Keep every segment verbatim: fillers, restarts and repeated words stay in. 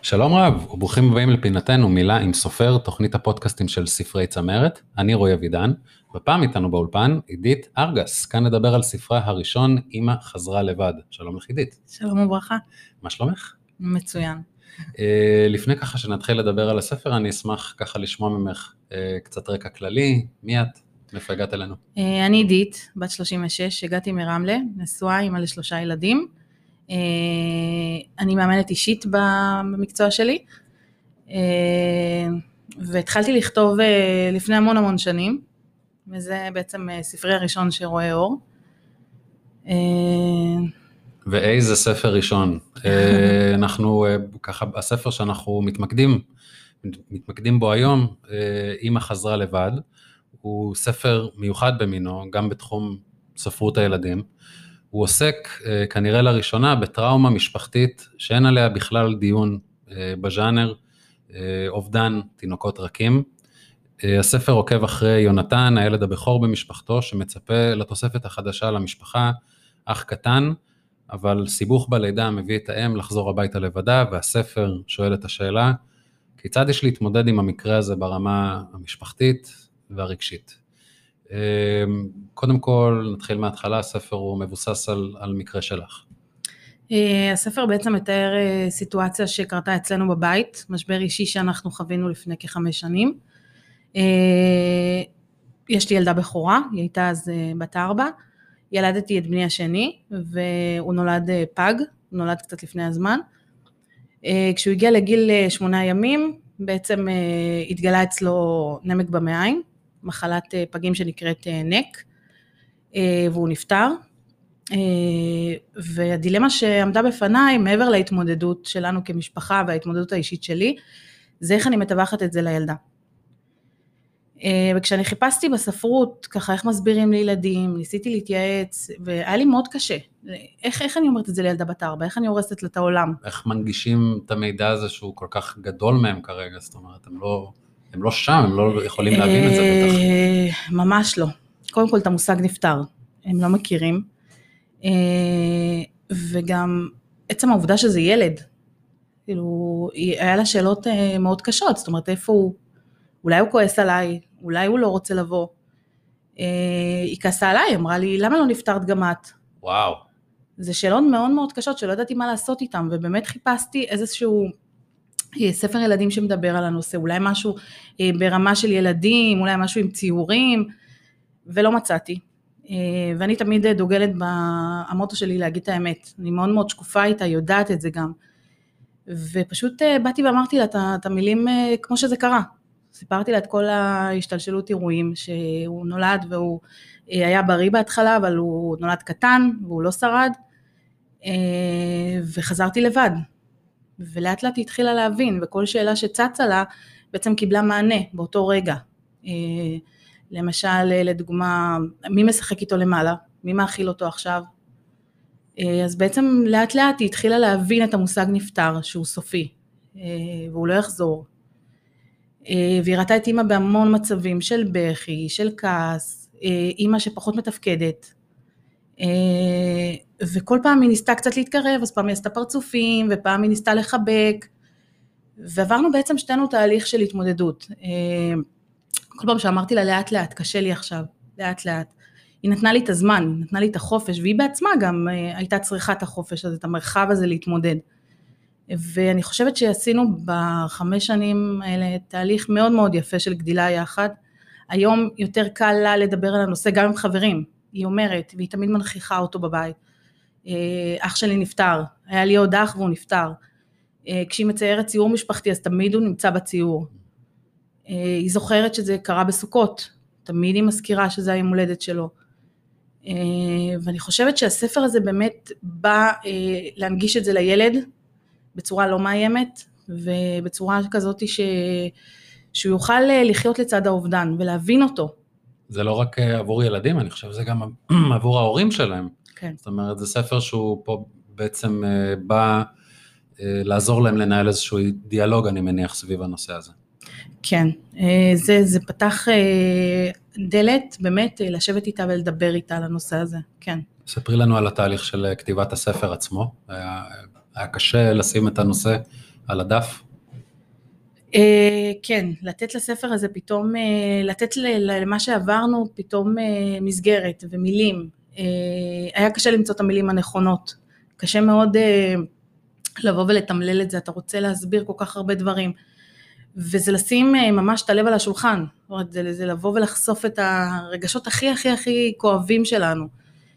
שלום רב, וברוכים הבאים לפינתנו מילה עם סופר, תוכנית הפודקאסטים של ספרי צמרת. אני רועי אבידן, ופעם איתנו באולפן, עידית ארגס, כאן נדבר על ספרה הראשון, אמא חזרה לבד. שלום לך עידית. שלום וברכה. מה שלומך? מצוין. לפני ככה שנתחיל לדבר על הספר, אני אשמח ככה לשמוע ממך קצת רקע כללי. מי את? מאיפה הגעת אלינו? אני עידית, בת שלושים ושש, הגעתי מרמלה, נשואה, אמא לשלושה ילדים. אני מאמנת אישית במקצוע שלי, והתחלתי לכתוב לפני המון המון שנים, וזה בעצם ספרי הראשון שרואה אור. ואיזה ספר ראשון? אנחנו ככה, הספר שאנחנו מתמקדים, מתמקדים בו היום, אמא חזרה לבד, הוא ספר מיוחד במינו, גם בתחום ספרות הילדים. הוא עוסק כנראה לראשונה בטראומה משפחתית, שאין עליה בכלל דיון בז'אנר, אובדן תינוקות רכים. הספר עוקב אחרי יונתן, הילד הבכור במשפחתו, שמצפה לתוספת החדשה למשפחה, אח קטן, אבל סיבוך בלידה מביא את האם לחזור הביתה לבדה, והספר שואל את השאלה, כיצד יש להתמודד עם המקרה הזה ברמה המשפחתית והרגשית? קודם כל, נתחיל מההתחלה, הספר הוא מבוסס על, על מקרה שלך. הספר בעצם מתאר סיטואציה שקרתה אצלנו בבית, משבר אישי שאנחנו חווינו לפני כחמש שנים. יש לי ילדה בכורה, היא הייתה אז בת ארבע, ילדתי את בני השני, והוא נולד פג, הוא נולד קצת לפני הזמן. כשהוא הגיע לגיל שמונה ימים, בעצם התגלה אצלו נמק במעיים, מחלת פגים שנקראת נק, והוא נפטר. והדילמה שעמדה בפניי, מעבר להתמודדות שלנו כמשפחה וההתמודדות האישית שלי, זה איך אני מטווחת את זה לילדה. וכשאני חיפשתי בספרות, ככה איך מסבירים לילדים, ניסיתי להתייעץ, והיה לי מאוד קשה. איך, איך אני אומרת את זה לילדה בת ארבע? איך אני הורסת לה את העולם? איך מנגישים את המידע הזה שהוא כל כך גדול מהם כרגע? זאת אומרת, הם לא, הם לא שם, הם לא יכולים להבין את זה בטח. ממש לא. קודם כל, את המושג נפטר. הם לא מכירים. וגם עצם העובדה שזה ילד, כאילו, היה לה שאלות מאוד קשות, זאת אומרת, איפה הוא? אולי הוא כועס עליי, אולי הוא לא רוצה לבוא. היא כעסה עליי, אמרה לי, למה לא נפטרת גם את? וואו. זה שאלות מאוד מאוד קשות, שלא ידעתי מה לעשות איתם, ובאמת חיפשתי איזשהו ספר ילדים שמדבר על הנושא, אולי משהו ברמה של ילדים, אולי משהו עם ציורים, ולא מצאתי. ואני תמיד דוגלת במוטו שלי להגיד את האמת, אני מאוד מאוד שקופה איתה, יודעת את זה גם. ופשוט באתי ואמרתי לה את המילים כמו שזה קרה. סיפרתי לה את כל ההשתלשלות אירועים, שהוא נולד והוא היה בריא בהתחלה, אבל הוא נולד קטן והוא לא שרד, וחזרתי לבד. ולאט לאט היא התחילה להבין, וכל שאלה שצצה לה בעצם קיבלה מענה באותו רגע. למשל, לדוגמה, מי משחק איתו למעלה? מי מאכיל אותו עכשיו? אז בעצם לאט לאט היא התחילה להבין את המושג נפטר, שהוא סופי, והוא לא יחזור. והיא ראתה את אמא בהמון מצבים של בכי, של כעס, אמא שפחות מתפקדת, וכל פעם היא ניסתה קצת להתקרב, אז פעם היא עשתה פרצופים, ופעם היא ניסתה לחבק, ועברנו בעצם שתינו תהליך של התמודדות. כל פעם שאמרתי לה לאט לאט, קשה לי עכשיו, לאט לאט, היא נתנה לי את הזמן, היא נתנה לי את החופש, והיא בעצמה גם הייתה צריכה את החופש הזה, את המרחב הזה להתמודד. ואני חושבת שעשינו בחמש שנים האלה תהליך מאוד מאוד יפה של גדילה יחד. היום יותר קל לה לדבר על הנושא גם עם חברים, היא אומרת, והיא תמיד מנכיחה אותו בבית. אח שלי נפטר, היה לי עוד אח והוא נפטר. כשהיא מציירת ציור משפחתי, אז תמיד הוא נמצא בציור. היא זוכרת שזה קרה בסוכות, תמיד היא מזכירה שזה היום הולדת שלו. ואני חושבת שהספר הזה באמת בא להנגיש את זה לילד, בצורה לא מאיימת, ובצורה כזאת ש... שהוא יוכל לחיות לצד האובדן, ולהבין אותו. זה לא רק עבור ילדים, אני חושב שזה גם עבור ההורים שלהם. כן. זאת אומרת, זה ספר שהוא פה בעצם בא לעזור להם לנהל איזשהו דיאלוג, אני מניח, סביב הנושא הזה. כן, זה, זה פתח דלת, באמת, לשבת איתה ולדבר איתה על הנושא הזה, כן. ספרי לנו על התהליך של כתיבת הספר עצמו, היה, היה קשה לשים את הנושא על הדף? כן, לתת לספר הזה פתאום, לתת למה שעברנו פתאום מסגרת ומילים. היה קשה למצוא את המילים הנכונות, קשה מאוד לבוא ולתמלל את זה, אתה רוצה להסביר כל כך הרבה דברים, וזה לשים ממש את הלב על השולחן, זאת אומרת, זה, זה לבוא ולחשוף את הרגשות הכי הכי הכי כואבים שלנו.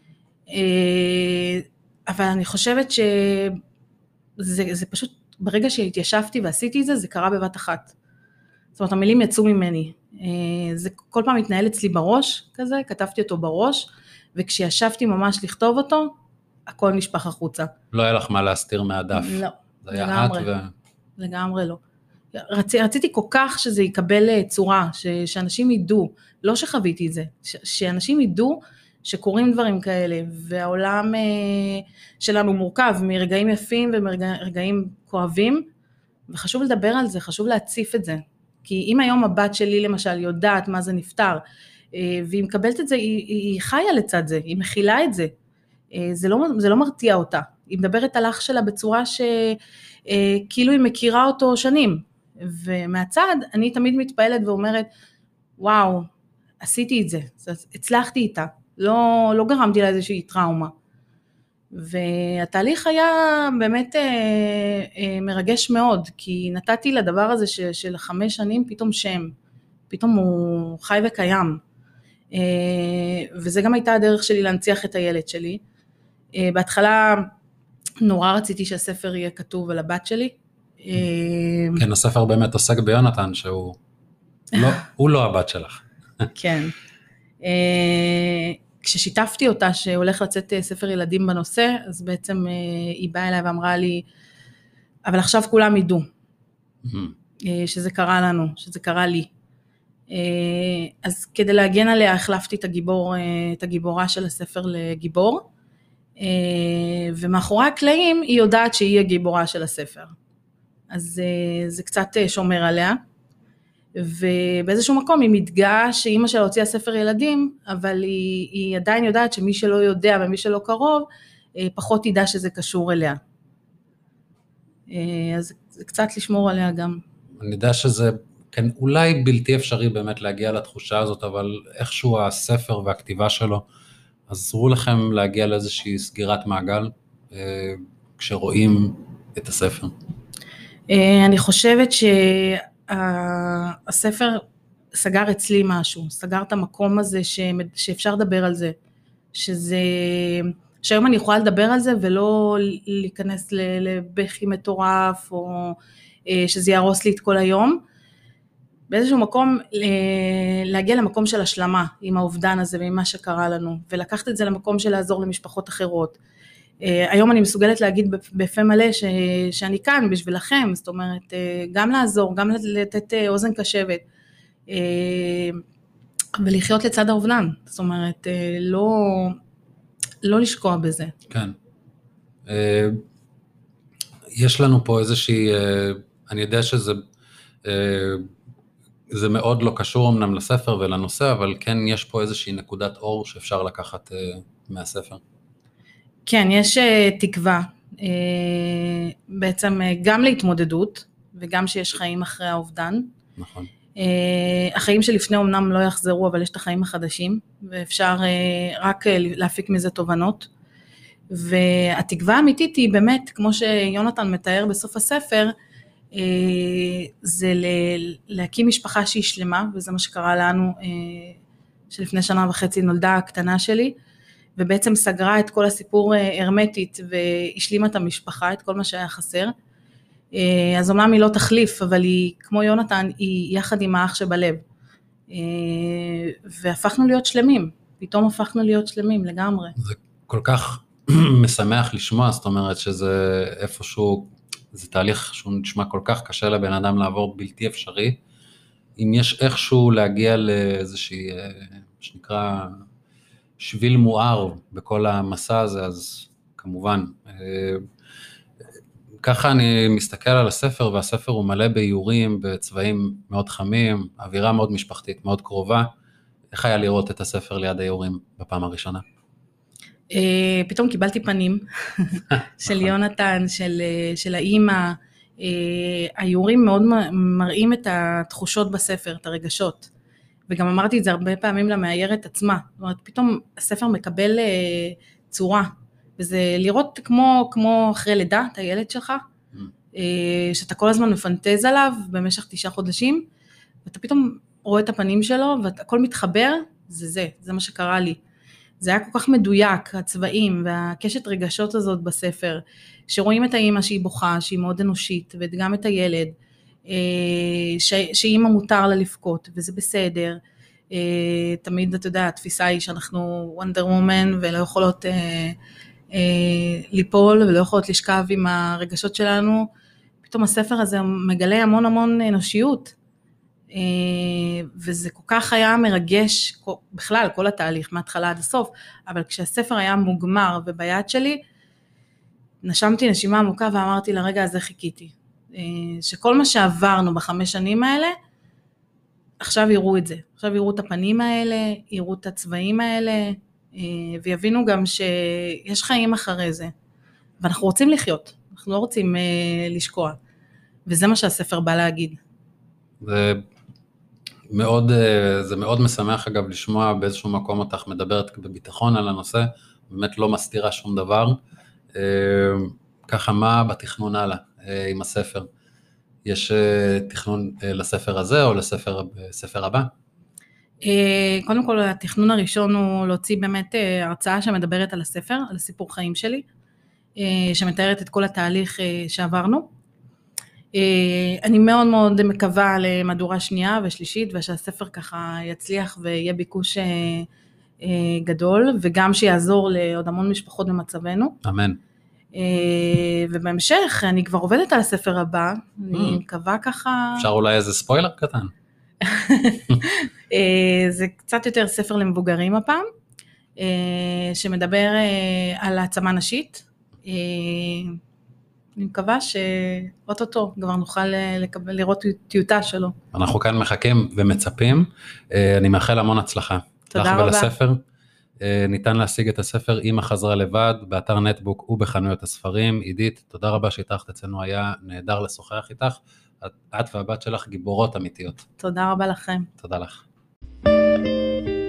אבל אני חושבת שזה זה פשוט, ברגע שהתיישבתי ועשיתי את זה, זה קרה בבת אחת. זאת אומרת, המילים יצאו ממני. זה כל פעם התנהל אצלי בראש כזה, כתבתי אותו בראש, וכשישבתי ממש לכתוב אותו, הכל נשפך החוצה. לא היה לך מה להסתיר מהדף. לא, זה היה את ו... לגמרי לא. רצ... רציתי כל כך שזה יקבל צורה, ש... שאנשים ידעו, לא שחוויתי את זה, ש... שאנשים ידעו שקורים דברים כאלה, והעולם שלנו מורכב מרגעים יפים ומרגעים כואבים, וחשוב לדבר על זה, חשוב להציף את זה. כי אם היום הבת שלי למשל יודעת מה זה נפטר, והיא מקבלת את זה, היא, היא חיה לצד זה, היא מכילה את זה, זה לא, זה לא מרתיע אותה, היא מדברת על אח שלה בצורה שכאילו היא מכירה אותו שנים, ומהצד אני תמיד מתפעלת ואומרת, וואו, עשיתי את זה, הצלחתי איתה, לא, לא גרמתי לה איזושהי טראומה, והתהליך היה באמת אה, אה, מרגש מאוד, כי נתתי לדבר הזה ש, של חמש שנים פתאום שם, פתאום הוא חי וקיים, אה, וזה גם הייתה הדרך שלי להנציח את הילד שלי. אה, בהתחלה נורא רציתי שהספר יהיה כתוב על הבת שלי. אה, כן, הספר באמת עוסק ביונתן, שהוא לא, הוא לא הבת שלך. כן. אה, כששיתפתי אותה שהולך לצאת ספר ילדים בנושא, אז בעצם היא באה אליי ואמרה לי, אבל עכשיו כולם ידעו, שזה קרה לנו, שזה קרה לי. אז כדי להגן עליה, החלפתי את הגיבור, את הגיבורה של הספר לגיבור, ומאחורי הקלעים היא יודעת שהיא הגיבורה של הספר. אז זה קצת שומר עליה. ובאיזשהו מקום היא מתגאה שאימא שלה הוציאה ספר ילדים, אבל היא, היא עדיין יודעת שמי שלא יודע ומי שלא קרוב, פחות ידע שזה קשור אליה. אז זה קצת לשמור עליה גם. אני יודע שזה כן, אולי בלתי אפשרי באמת להגיע לתחושה הזאת, אבל איכשהו הספר והכתיבה שלו, עזרו לכם להגיע לאיזושהי סגירת מעגל, כשרואים את הספר. אני חושבת ש... הספר סגר אצלי משהו, סגר את המקום הזה ש... שאפשר לדבר על זה, שזה, שהיום אני יכולה לדבר על זה ולא להיכנס לבכי מטורף, או שזה יהרוס לי את כל היום, באיזשהו מקום להגיע למקום של השלמה עם האובדן הזה ועם שקרה שקרה לנו, ולקחת את זה למקום של לעזור למשפחות אחרות. היום אני מסוגלת להגיד בפה מלא ש, שאני כאן בשבילכם, זאת אומרת, גם לעזור, גם לתת אוזן קשבת, ולחיות לצד האובדן, זאת אומרת, לא, לא לשקוע בזה. כן. יש לנו פה איזושהי, אני יודע שזה, זה מאוד לא קשור אמנם לספר ולנושא, אבל כן יש פה איזושהי נקודת אור שאפשר לקחת מהספר. כן, יש תקווה, בעצם גם להתמודדות, וגם שיש חיים אחרי האובדן. נכון. החיים שלפני אומנם לא יחזרו, אבל יש את החיים החדשים, ואפשר רק להפיק מזה תובנות. והתקווה האמיתית היא באמת, כמו שיונתן מתאר בסוף הספר, זה להקים משפחה שהיא שלמה, וזה מה שקרה לנו, שלפני שנה וחצי נולדה הקטנה שלי, ובעצם סגרה את כל הסיפור הרמטית, והשלימה את המשפחה, את כל מה שהיה חסר. אז אומנם היא לא תחליף, אבל היא, כמו יונתן, היא יחד עם האח שבלב. והפכנו להיות שלמים, פתאום הפכנו להיות שלמים לגמרי. זה כל כך משמח לשמוע, זאת אומרת שזה איפשהו, זה תהליך שהוא נשמע כל כך קשה לבן אדם לעבור בלתי אפשרי, אם יש איכשהו להגיע לאיזושהי, שנקרא, שביל מואר בכל המסע הזה, אז כמובן, ככה אני מסתכל על הספר, והספר הוא מלא באיורים, בצבעים מאוד חמים, אווירה מאוד משפחתית, מאוד קרובה. איך היה לראות את הספר ליד האיורים בפעם הראשונה? פתאום קיבלתי פנים של יונתן, של, של האימא, האיורים מאוד מראים את התחושות בספר, את הרגשות. וגם אמרתי את זה הרבה פעמים למאיירת עצמה. זאת אומרת, פתאום הספר מקבל צורה. וזה לראות כמו, כמו אחרי לידה, את הילד שלך, שאתה כל הזמן מפנטז עליו במשך תשעה חודשים, ואתה פתאום רואה את הפנים שלו, והכל מתחבר, זה זה, זה מה שקרה לי. זה היה כל כך מדויק, הצבעים והקשת רגשות הזאת בספר, שרואים את האמא שהיא בוכה, שהיא מאוד אנושית, וגם את הילד, שאמא מותר לה לבכות, וזה בסדר. תמיד, אתה יודע, התפיסה היא שאנחנו וונדר וומן, ולא יכולות ליפול, ולא יכולות לשכב עם הרגשות שלנו. פתאום הספר הזה מגלה המון המון אנושיות, וזה כל כך היה מרגש, בכלל, כל התהליך, מההתחלה עד הסוף, אבל כשהספר היה מוגמר וביד שלי, נשמתי נשימה עמוקה ואמרתי לרגע הזה חיכיתי, שכל מה שעברנו בחמש שנים האלה, עכשיו יראו את זה, עכשיו יראו את הפנים האלה, יראו את הצבעים האלה, ויבינו גם שיש חיים אחרי זה, ואנחנו רוצים לחיות, אנחנו לא רוצים לשקוע, וזה מה שהספר בא להגיד. זה מאוד, זה מאוד משמח אגב לשמוע באיזשהו מקום אותך מדברת בביטחון על הנושא, באמת לא מסתירה שום דבר. ככה מה בתכנון הלאה עם הספר? יש תכנון לספר הזה או לספר ספר הבא? קודם כל התכנון הראשון הוא להוציא באמת הרצאה שמדברת על הספר, על הסיפור חיים שלי, שמתארת את כל התהליך שעברנו. אני מאוד מאוד מקווה למהדורה שנייה ושלישית, ושהספר ככה יצליח ויהיה ביקוש גדול, וגם שיעזור לעוד המון משפחות במצבנו. אמן. ובהמשך אני כבר עובדת על הספר הבא, אני מקווה ככה... אפשר אולי איזה ספוילר קטן? זה קצת יותר ספר למבוגרים הפעם, שמדבר על העצמה נשית, אני מקווה שאוטוטו כבר נוכל לקבל, לראות טיוטה שלו. אנחנו כאן מחכים ומצפים, אני מאחל המון הצלחה. תודה רבה. ולספר, ניתן להשיג את הספר אמא חזרה לבד, באתר נטבוק ובחנויות הספרים. עידית, תודה רבה שהתארחת אצלנו, היה נהדר לשוחח איתך, את והבת שלך גיבורות אמיתיות. תודה רבה לכם. תודה לך.